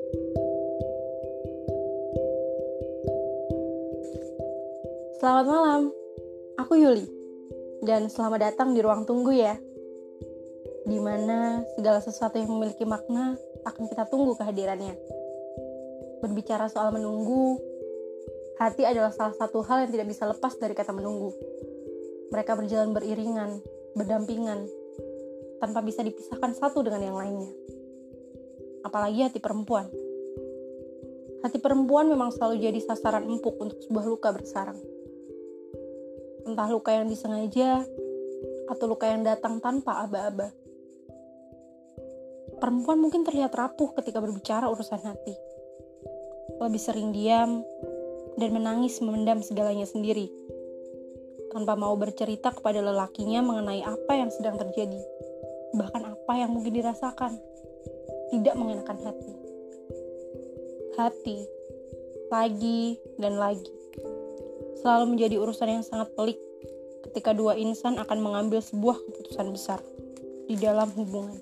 Selamat malam, aku Yuli, dan selamat datang di ruang tunggu ya, di mana segala sesuatu yang memiliki makna akan kita tunggu kehadirannya. Berbicara soal menunggu, hati adalah salah satu hal yang tidak bisa lepas dari kata menunggu. Mereka berjalan beriringan, berdampingan, tanpa bisa dipisahkan satu dengan yang lainnya. Apalagi hati perempuan. Hati perempuan memang selalu jadi sasaran empuk untuk sebuah luka bersarang. Entah luka yang disengaja, atau luka yang datang tanpa aba-aba. Perempuan mungkin terlihat rapuh ketika berbicara urusan hati. Lebih sering diam, dan menangis memendam segalanya sendiri. Tanpa mau bercerita kepada lelakinya mengenai apa yang sedang terjadi. Bahkan apa yang mungkin dirasakan. Tidak mengenakan hati. Hati, lagi dan lagi, selalu menjadi urusan yang sangat pelik ketika dua insan akan mengambil sebuah keputusan besar di dalam hubungan.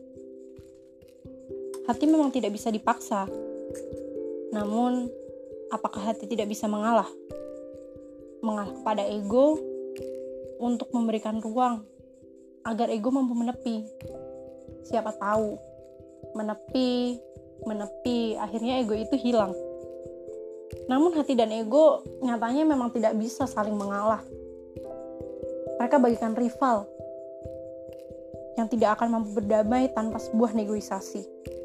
Hati memang tidak bisa dipaksa, namun apakah hati tidak bisa mengalah? Mengalah kepada ego untuk memberikan ruang agar ego mampu menepi. Siapa tahu, menepi, akhirnya ego itu hilang. Namun hati dan ego nyatanya memang tidak bisa saling mengalah. Mereka bagaikan rival yang tidak akan mampu berdamai tanpa sebuah negosiasi.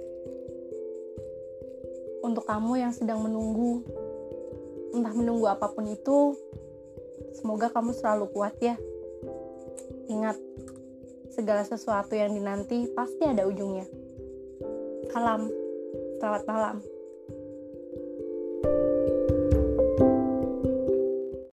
Untuk kamu yang sedang menunggu, entah menunggu apapun itu, semoga kamu selalu kuat ya. Ingat, segala sesuatu yang dinanti pasti ada ujungnya. Salam, selamat malam.